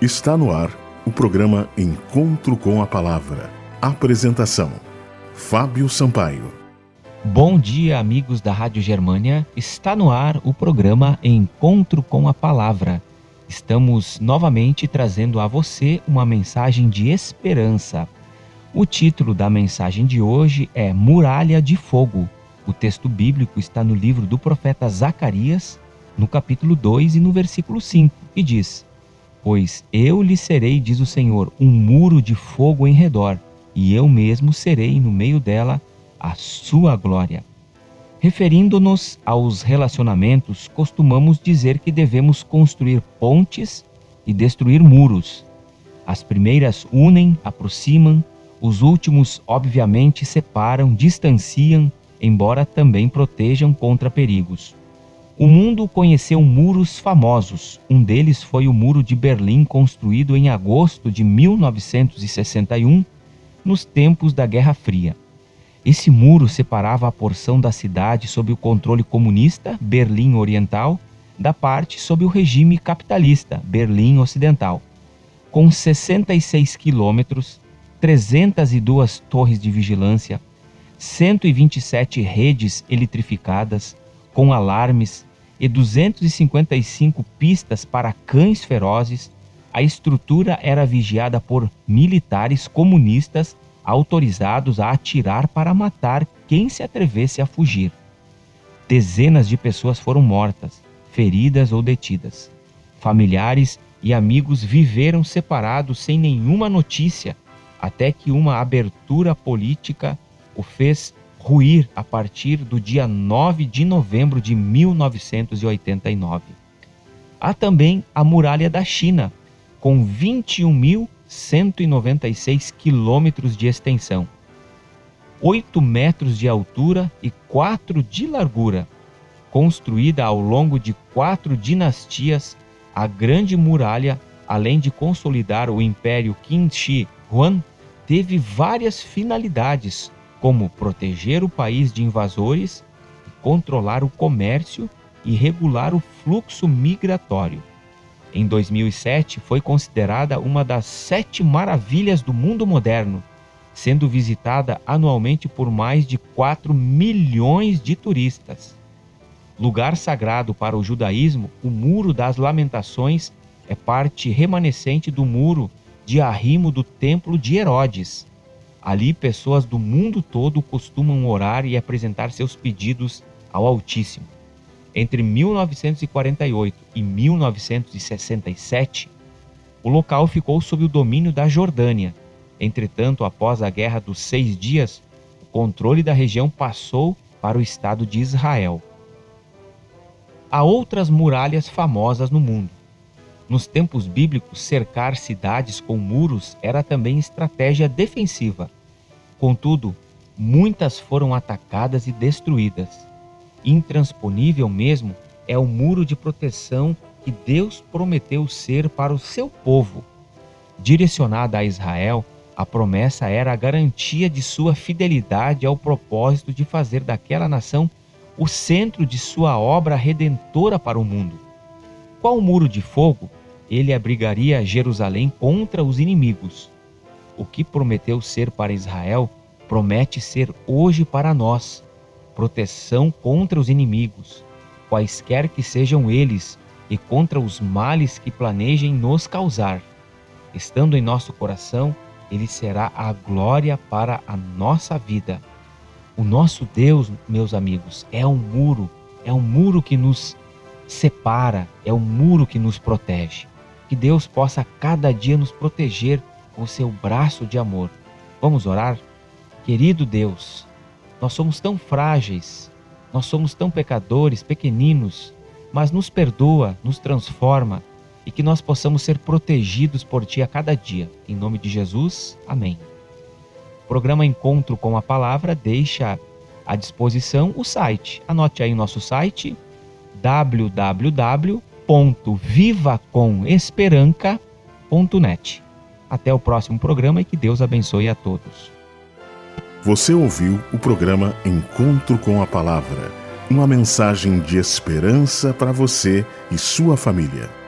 Está no ar o programa Encontro com a Palavra. Apresentação: Fábio Sampaio. Bom dia, amigos da Rádio Germânia. Está no ar o programa Encontro com a Palavra. Estamos novamente trazendo a você uma mensagem de esperança. O título da mensagem de hoje é Muralha de Fogo. O texto bíblico está no livro do profeta Zacarias, no capítulo 2 e no versículo 5, que diz: Pois eu lhe serei, diz o Senhor, um muro de fogo em redor, e eu mesmo serei no meio dela a sua glória. Referindo-nos aos relacionamentos, costumamos dizer que devemos construir pontes e destruir muros. As primeiras unem, aproximam, os últimos, obviamente, separam, distanciam, embora também protejam contra perigos. O mundo conheceu muros famosos. Um deles foi o Muro de Berlim, construído em agosto de 1961, nos tempos da Guerra Fria. Esse muro separava a porção da cidade sob o controle comunista, Berlim Oriental, da parte sob o regime capitalista, Berlim Ocidental. Com 66 quilômetros, 302 torres de vigilância, 127 redes eletrificadas, com alarmes e 255 pistas para cães ferozes, a estrutura era vigiada por militares comunistas autorizados a atirar para matar quem se atrevesse a fugir. Dezenas de pessoas foram mortas, feridas ou detidas. Familiares e amigos viveram separados sem nenhuma notícia, até que uma abertura política o fez ruir a partir do dia 9 de novembro de 1989. Há também a Muralha da China, com 21.196 quilômetros de extensão, 8 metros de altura e 4 de largura. Construída ao longo de 4 dinastias, a Grande Muralha, além de consolidar o Império Qin Shi Huang, teve várias finalidades, como proteger o país de invasores, controlar o comércio e regular o fluxo migratório. Em 2007, foi considerada uma das 7 maravilhas do mundo moderno, sendo visitada anualmente por mais de 4 milhões de turistas. Lugar sagrado para o judaísmo, o Muro das Lamentações é parte remanescente do muro de arrimo do Templo de Herodes. Ali, pessoas do mundo todo costumam orar e apresentar seus pedidos ao Altíssimo. Entre 1948 e 1967, o local ficou sob o domínio da Jordânia. Entretanto, após a Guerra dos 6 Dias, o controle da região passou para o Estado de Israel. Há outras muralhas famosas no mundo. Nos tempos bíblicos, cercar cidades com muros era também estratégia defensiva. Contudo, muitas foram atacadas e destruídas. Intransponível mesmo é o muro de proteção que Deus prometeu ser para o seu povo. Direcionada a Israel, a promessa era a garantia de sua fidelidade ao propósito de fazer daquela nação o centro de sua obra redentora para o mundo. Qual muro de fogo? Ele abrigaria Jerusalém contra os inimigos. O que prometeu ser para Israel, promete ser hoje para nós. Proteção contra os inimigos, quaisquer que sejam eles, e contra os males que planejem nos causar. Estando em nosso coração, ele será a glória para a nossa vida. O nosso Deus, meus amigos, é um muro que nos separa, é um muro que nos protege. Que Deus possa cada dia nos proteger com o seu braço de amor. Vamos orar? Querido Deus, nós somos tão frágeis, nós somos tão pecadores, pequeninos, mas nos perdoa, nos transforma e que nós possamos ser protegidos por Ti a cada dia. Em nome de Jesus, amém. O programa Encontro com a Palavra deixa à disposição o site. Anote aí o nosso site, www.vivacomesperanca.net. Até o próximo programa e que Deus abençoe a todos. Você ouviu o programa Encontro com a Palavra, uma mensagem de esperança para você e sua família.